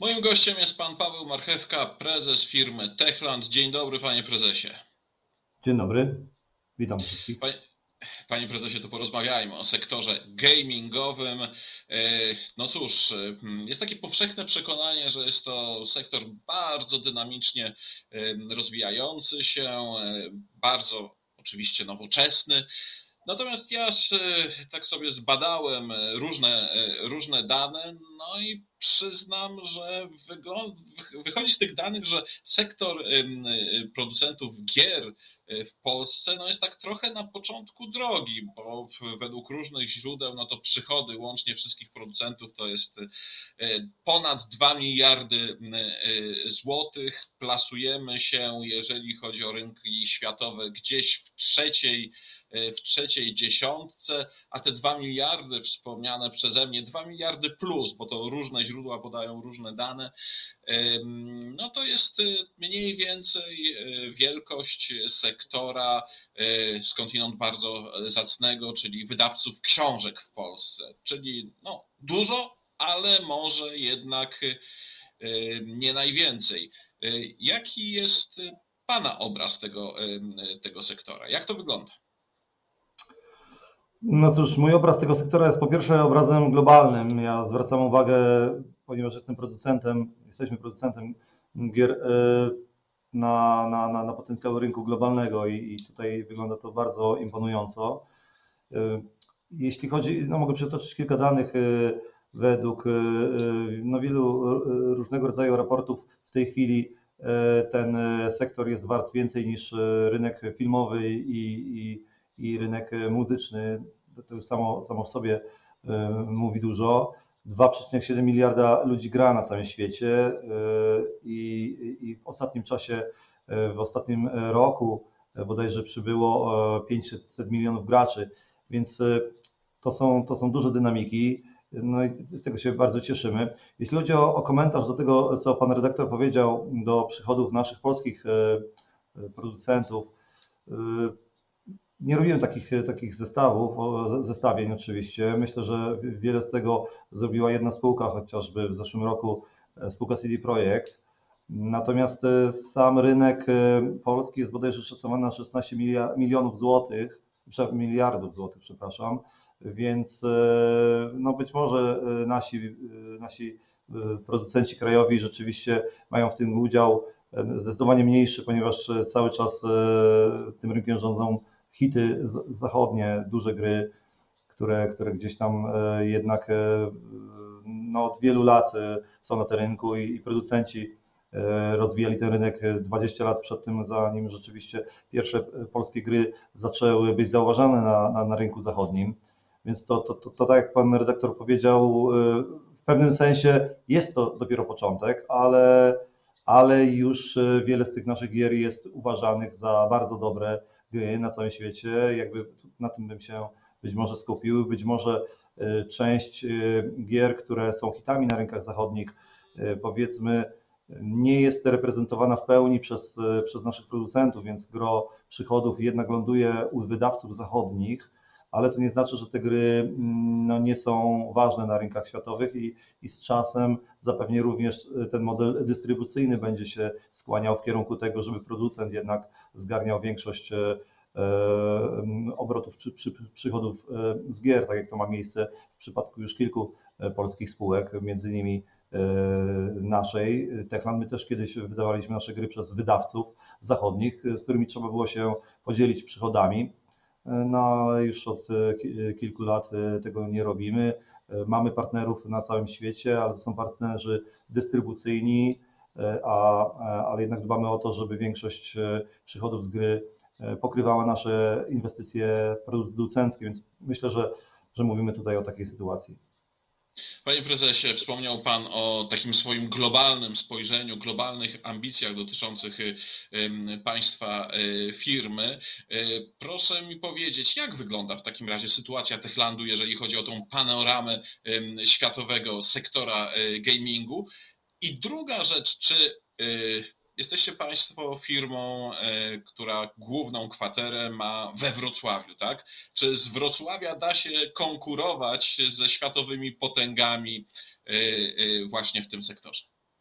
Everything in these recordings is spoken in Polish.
Moim gościem jest pan Paweł Marchewka, prezes firmy Techland. Dzień dobry, panie prezesie. Dzień dobry, witam wszystkich. Panie prezesie, to porozmawiajmy o sektorze gamingowym. No cóż, jest takie powszechne przekonanie, że jest to sektor bardzo dynamicznie rozwijający się, bardzo oczywiście nowoczesny. Natomiast ja tak sobie zbadałem różne dane, no i przyznam, że wychodzi z tych danych, że sektor producentów gier w Polsce no jest tak trochę na początku drogi, bo według różnych źródeł no to przychody łącznie wszystkich producentów to jest ponad 2 miliardy złotych. Plasujemy się, jeżeli chodzi o rynki światowe, gdzieś w trzeciej dziesiątce, a te 2 miliardy wspomniane przeze mnie, 2 miliardy plus, bo to różne źródła podają różne dane, no to jest mniej więcej wielkość sektora skądinąd bardzo zacnego, czyli wydawców książek w Polsce, czyli no dużo, ale może jednak nie najwięcej. Jaki jest pana obraz tego sektora? Jak to wygląda? No cóż, mój obraz tego sektora jest po pierwsze obrazem globalnym. Ja zwracam uwagę, ponieważ jesteśmy producentem gier na potencjał rynku globalnego i tutaj wygląda to bardzo imponująco. Jeśli chodzi, no mogę przytoczyć kilka danych. Według wielu różnego rodzaju raportów w tej chwili ten sektor jest wart więcej niż rynek filmowy i rynek muzyczny. To już samo w sobie mówi dużo. 2,7 miliarda ludzi gra na całym świecie i w ostatnim czasie, w ostatnim roku bodajże przybyło 500 milionów graczy, więc to są duże dynamiki. No i z tego się bardzo cieszymy. Jeśli chodzi o komentarz do tego, co pan redaktor powiedział, do przychodów naszych polskich producentów, nie robiłem takich zestawień oczywiście. Myślę, że wiele z tego zrobiła jedna spółka, chociażby w zeszłym roku spółka CD Projekt. Natomiast sam rynek polski jest bodajże szacowany na 16 milionów złotych, miliardów złotych, przepraszam. Więc no być może nasi producenci krajowi rzeczywiście mają w tym udział zdecydowanie mniejszy, ponieważ cały czas tym rynkiem rządzą hity zachodnie, duże gry, które gdzieś tam jednak no, od wielu lat są na tym rynku i producenci rozwijali ten rynek 20 lat przed tym, zanim rzeczywiście pierwsze polskie gry zaczęły być zauważane na rynku zachodnim. Więc to tak jak pan redaktor powiedział, w pewnym sensie jest to dopiero początek, ale już wiele z tych naszych gier jest uważanych za bardzo dobre gry na całym świecie. Jakby na tym bym się być może skupił. Być może część gier, które są hitami na rynkach zachodnich, powiedzmy, nie jest reprezentowana w pełni przez naszych producentów, więc gro przychodów jednak ląduje u wydawców zachodnich, ale to nie znaczy, że te gry no, nie są ważne na rynkach światowych i z czasem zapewne również ten model dystrybucyjny będzie się skłaniał w kierunku tego, żeby producent jednak zgarniał większość obrotów czy przychodów z gier, tak jak to ma miejsce w przypadku już kilku polskich spółek, między innymi naszej Techland. My też kiedyś wydawaliśmy nasze gry przez wydawców zachodnich, z którymi trzeba było się podzielić przychodami. No już od kilku lat tego nie robimy. Mamy partnerów na całym świecie, ale to są partnerzy dystrybucyjni, ale jednak dbamy o to, żeby większość przychodów z gry pokrywała nasze inwestycje producenckie, więc myślę, że mówimy tutaj o takiej sytuacji. Panie prezesie, wspomniał pan o takim swoim globalnym spojrzeniu, globalnych ambicjach dotyczących państwa firmy. Proszę mi powiedzieć, jak wygląda w takim razie sytuacja Techlandu, jeżeli chodzi o tą panoramę światowego sektora gamingu? I druga rzecz, czy jesteście państwo firmą, która główną kwaterę ma we Wrocławiu, tak? Czy z Wrocławia da się konkurować ze światowymi potęgami właśnie w tym sektorze?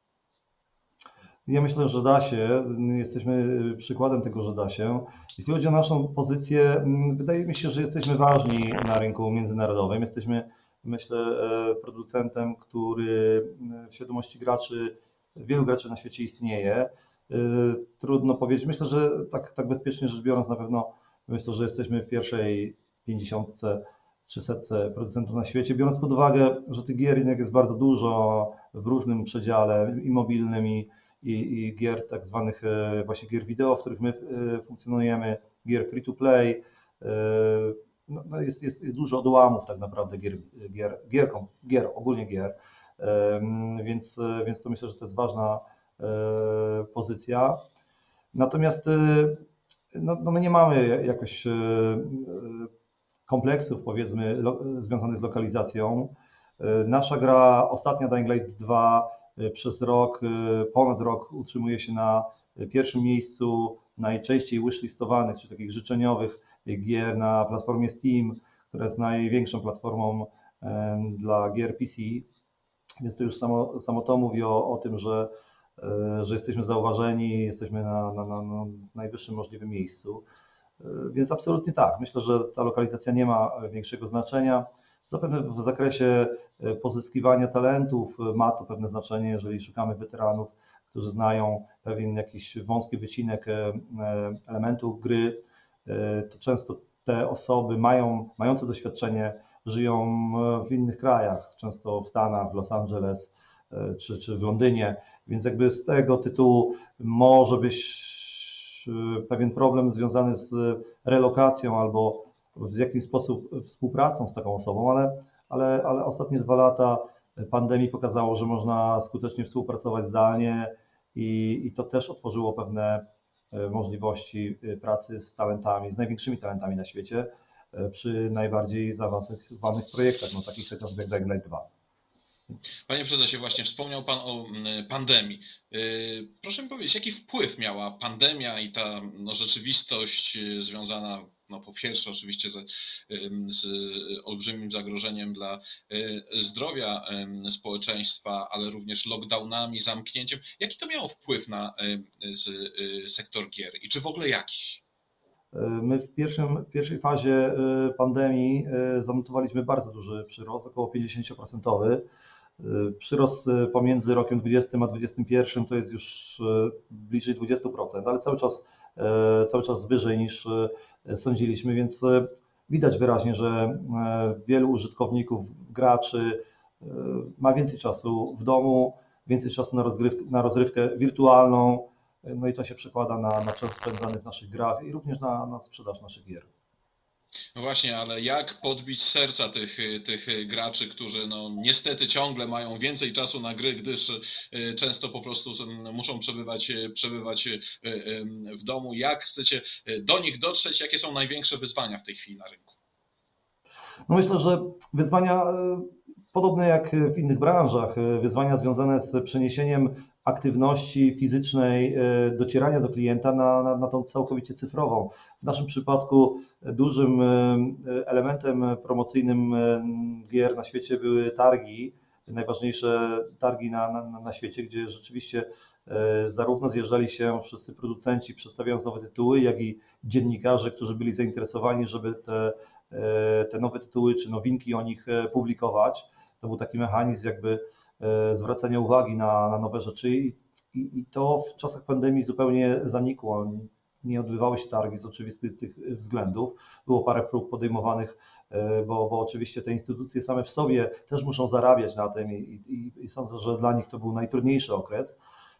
Ja myślę, że da się. Jesteśmy przykładem tego, że da się. Jeśli chodzi o naszą pozycję, wydaje mi się, że jesteśmy ważni na rynku międzynarodowym. Jesteśmy, myślę, producentem, który w świadomości graczy, wielu graczy na świecie istnieje. Trudno powiedzieć. Myślę, że tak bezpiecznie rzecz biorąc, na pewno myślę, że jesteśmy w pierwszej 50 czy setce producentów na świecie, biorąc pod uwagę, że tych gier jednak jest bardzo dużo w różnym przedziale i mobilnym, i gier tak zwanych właśnie gier wideo, w których my funkcjonujemy, gier free to play. No jest dużo odłamów tak naprawdę ogólnie gier, więc to myślę, że to jest ważna pozycja. Natomiast no my nie mamy jakoś kompleksów, powiedzmy, związanych z lokalizacją. Nasza gra, ostatnia Dying Light 2 przez rok, ponad rok utrzymuje się na pierwszym miejscu najczęściej wishlistowanych, czy takich życzeniowych gier na platformie Steam, która jest największą platformą dla gier PC, więc to już samo to mówi o tym, że jesteśmy zauważeni, jesteśmy na najwyższym możliwym miejscu. Więc absolutnie tak. Myślę, że ta lokalizacja nie ma większego znaczenia. Zapewne w zakresie pozyskiwania talentów ma to pewne znaczenie, jeżeli szukamy weteranów, którzy znają pewien jakiś wąski wycinek elementów gry, to często te osoby mające doświadczenie żyją w innych krajach, często w Stanach, w Los Angeles czy w Londynie, więc jakby z tego tytułu może być pewien problem związany z relokacją albo w jakiś sposób współpracą z taką osobą, ale ostatnie 2 lata pandemii pokazało, że można skutecznie współpracować zdalnie i to też otworzyło pewne możliwości pracy z talentami, z największymi talentami na świecie przy najbardziej zaawansowanych projektach, no takich jak Dying Light 2. Panie prezesie, właśnie wspomniał Pan o pandemii. Proszę mi powiedzieć, jaki wpływ miała pandemia i ta rzeczywistość związana, po pierwsze oczywiście z olbrzymim zagrożeniem dla zdrowia społeczeństwa, ale również lockdownami, zamknięciem. Jaki to miało wpływ na sektor gier i czy w ogóle jakiś? My w pierwszej fazie pandemii zanotowaliśmy bardzo duży przyrost, około 50%. Przyrost pomiędzy rokiem 20 a 21 to jest już bliżej 20%, ale cały czas wyżej niż sądziliśmy, więc widać wyraźnie, że wielu użytkowników, graczy ma więcej czasu w domu, więcej czasu na rozrywkę wirtualną, no i to się przekłada na czas spędzany w naszych grach i również na sprzedaż naszych gier. No właśnie, ale jak podbić serca tych graczy, którzy niestety ciągle mają więcej czasu na gry, gdyż często po prostu muszą przebywać w domu. Jak chcecie do nich dotrzeć? Jakie są największe wyzwania w tej chwili na rynku? No myślę, że wyzwania podobne jak w innych branżach, wyzwania związane z przeniesieniem aktywności fizycznej, docierania do klienta na tą całkowicie cyfrową. W naszym przypadku dużym elementem promocyjnym gier na świecie były targi, najważniejsze targi na świecie, gdzie rzeczywiście zarówno zjeżdżali się wszyscy producenci, przedstawiając nowe tytuły, jak i dziennikarze, którzy byli zainteresowani, żeby te nowe tytuły czy nowinki o nich publikować. To był taki mechanizm jakby zwracania uwagi na nowe rzeczy i to w czasach pandemii zupełnie zanikło. Nie odbywały się targi z oczywistych tych względów. Było parę prób podejmowanych, bo oczywiście te instytucje same w sobie też muszą zarabiać na tym i sądzę, że dla nich to był najtrudniejszy okres.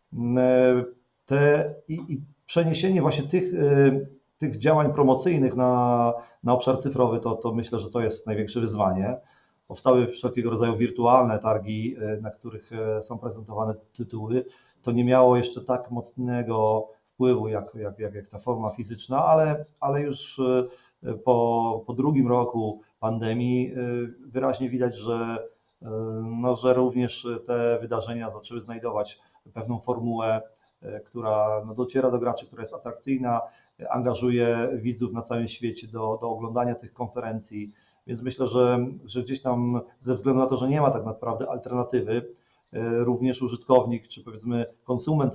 I przeniesienie właśnie tych działań promocyjnych na obszar cyfrowy, to myślę, że to jest największe wyzwanie. Powstały wszelkiego rodzaju wirtualne targi, na których są prezentowane tytuły. To nie miało jeszcze tak mocnego wpływu jak ta forma fizyczna, ale już po drugim roku pandemii wyraźnie widać, że również te wydarzenia zaczęły znajdować pewną formułę, która dociera do graczy, która jest atrakcyjna, angażuje widzów na całym świecie do oglądania tych konferencji. Więc myślę, że gdzieś tam ze względu na to, że nie ma tak naprawdę alternatywy, również użytkownik czy powiedzmy konsument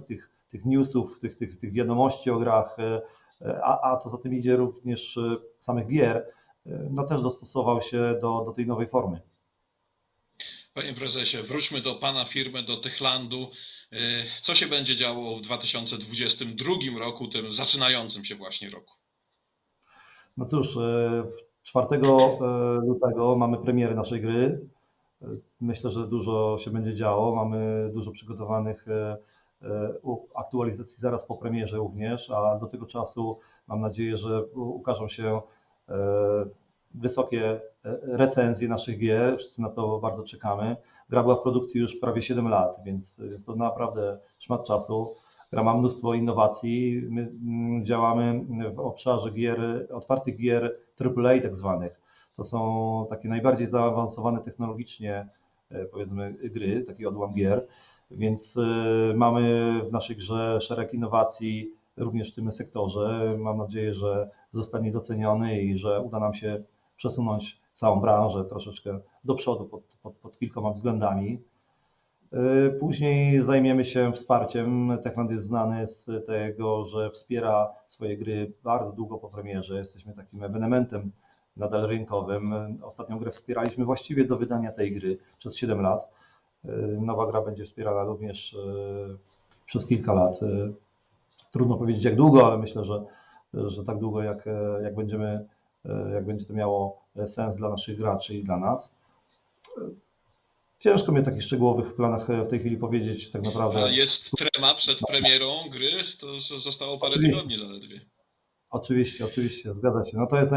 tych newsów, tych wiadomości o grach, a co za tym idzie również samych gier, no też dostosował się do tej nowej formy. Panie prezesie, wróćmy do pana firmy, do Techlandu. Co się będzie działo w 2022 roku, tym zaczynającym się właśnie roku? No cóż, 4 lutego mamy premierę naszej gry. Myślę, że dużo się będzie działo. Mamy dużo przygotowanych aktualizacji zaraz po premierze również, a do tego czasu mam nadzieję, że ukażą się wysokie recenzje naszych gier. Wszyscy na to bardzo czekamy. Gra była w produkcji już prawie 7 lat, więc to naprawdę szmat czasu. Gra ma mnóstwo innowacji. My działamy w obszarze gier, otwartych gier AAA tak zwanych. To są takie najbardziej zaawansowane technologicznie, powiedzmy, gry, taki odłam gier, więc mamy w naszej grze szereg innowacji również w tym sektorze. Mam nadzieję, że zostanie doceniony i że uda nam się przesunąć całą branżę troszeczkę do przodu pod kilkoma względami. Później zajmiemy się wsparciem. Techland jest znany z tego, że wspiera swoje gry bardzo długo po premierze. Jesteśmy takim ewenementem nadal rynkowym. Ostatnią grę wspieraliśmy właściwie do wydania tej gry przez 7 lat. Nowa gra będzie wspierana również przez kilka lat. Trudno powiedzieć jak długo, ale myślę, że tak długo jak będzie to miało sens dla naszych graczy i dla nas. Ciężko mi o takich szczegółowych planach w tej chwili powiedzieć tak naprawdę. A jest trema przed premierą gry? To zostało parę tygodni zaledwie. Oczywiście, zgadza się. No to jest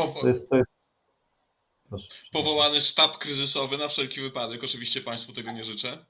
Proszę. Powołany sztab kryzysowy na wszelki wypadek. Oczywiście Państwu tego nie życzę.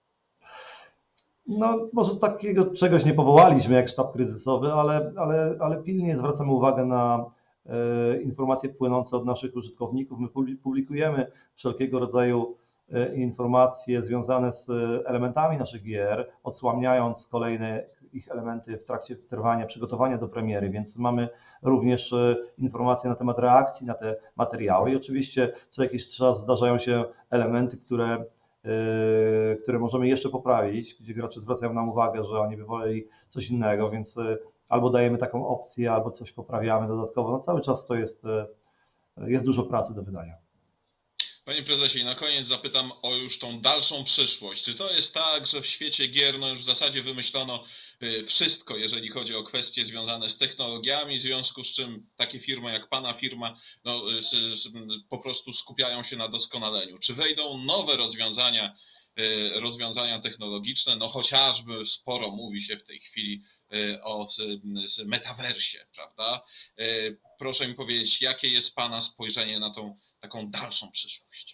No może takiego czegoś nie powołaliśmy jak sztab kryzysowy, ale pilnie zwracamy uwagę na informacje płynące od naszych użytkowników. My publikujemy wszelkiego rodzaju informacje związane z elementami naszych gier, odsłaniając kolejne ich elementy w trakcie trwania, przygotowania do premiery, więc mamy również informacje na temat reakcji na te materiały i oczywiście co jakiś czas zdarzają się elementy, które możemy jeszcze poprawić, gdzie gracze zwracają nam uwagę, że oni by woleli coś innego, więc albo dajemy taką opcję, albo coś poprawiamy dodatkowo. No cały czas to jest dużo pracy do wydania. Panie prezesie, i na koniec zapytam o już tą dalszą przyszłość. Czy to jest tak, że w świecie gier już w zasadzie wymyślono wszystko, jeżeli chodzi o kwestie związane z technologiami, w związku z czym takie firmy jak pana firma po prostu skupiają się na doskonaleniu? Czy wejdą nowe rozwiązania technologiczne? No chociażby sporo mówi się w tej chwili o metaversie, prawda? Proszę mi powiedzieć, jakie jest pana spojrzenie na tą taką dalszą przyszłość?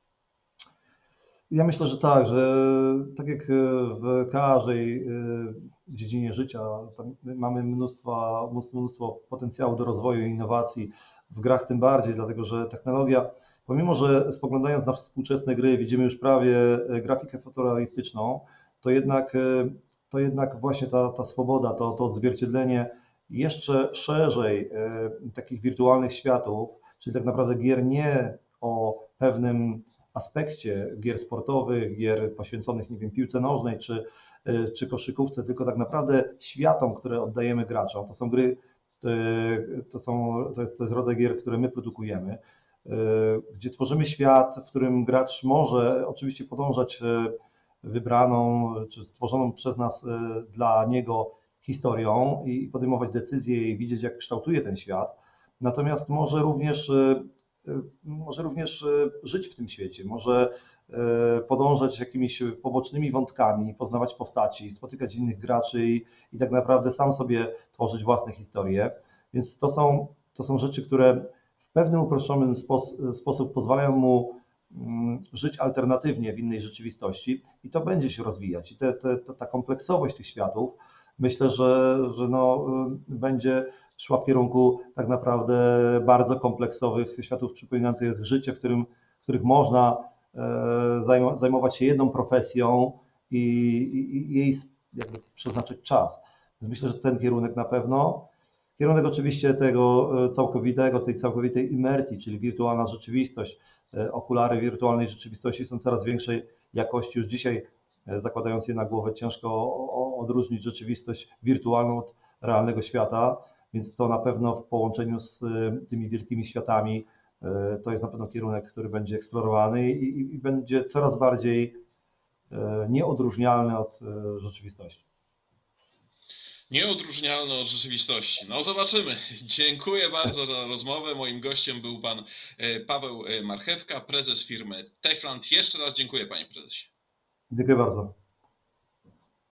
Ja myślę, że tak, że tak jak w każdej dziedzinie życia, mamy mnóstwo potencjału do rozwoju i innowacji, w grach tym bardziej, dlatego że technologia, pomimo że spoglądając na współczesne gry widzimy już prawie grafikę fotorealistyczną, to jednak właśnie ta swoboda, to odzwierciedlenie jeszcze szerzej takich wirtualnych światów, czyli tak naprawdę gier nie o pewnym aspekcie gier sportowych, gier poświęconych, nie wiem, piłce nożnej czy koszykówce, tylko tak naprawdę światom, które oddajemy graczom. To są gry, to jest rodzaj gier, które my produkujemy, gdzie tworzymy świat, w którym gracz może oczywiście podążać wybraną czy stworzoną przez nas dla niego historią i podejmować decyzje i widzieć, jak kształtuje ten świat. Natomiast może również żyć w tym świecie, może podążać jakimiś pobocznymi wątkami, poznawać postaci, spotykać innych graczy i tak naprawdę sam sobie tworzyć własne historie. Więc to są rzeczy, które w pewnym uproszczony sposób pozwalają mu żyć alternatywnie w innej rzeczywistości i to będzie się rozwijać. I ta kompleksowość tych światów myślę, że będzie szła w kierunku tak naprawdę bardzo kompleksowych światów przypominających życie, w których można zajmować się jedną profesją i jej jakby przeznaczyć czas. Więc myślę, że ten kierunek na pewno. Kierunek oczywiście tej całkowitej imersji, czyli wirtualna rzeczywistość. Okulary wirtualnej rzeczywistości są coraz większej jakości. Już dzisiaj zakładając je na głowę, ciężko odróżnić rzeczywistość wirtualną od realnego świata, więc to na pewno w połączeniu z tymi wielkimi światami to jest na pewno kierunek, który będzie eksplorowany i będzie coraz bardziej nieodróżnialny od rzeczywistości. Nieodróżnialne od rzeczywistości. No zobaczymy. Dziękuję bardzo za rozmowę. Moim gościem był pan Paweł Marchewka, prezes firmy Techland. Jeszcze raz dziękuję, panie prezesie. Dziękuję bardzo.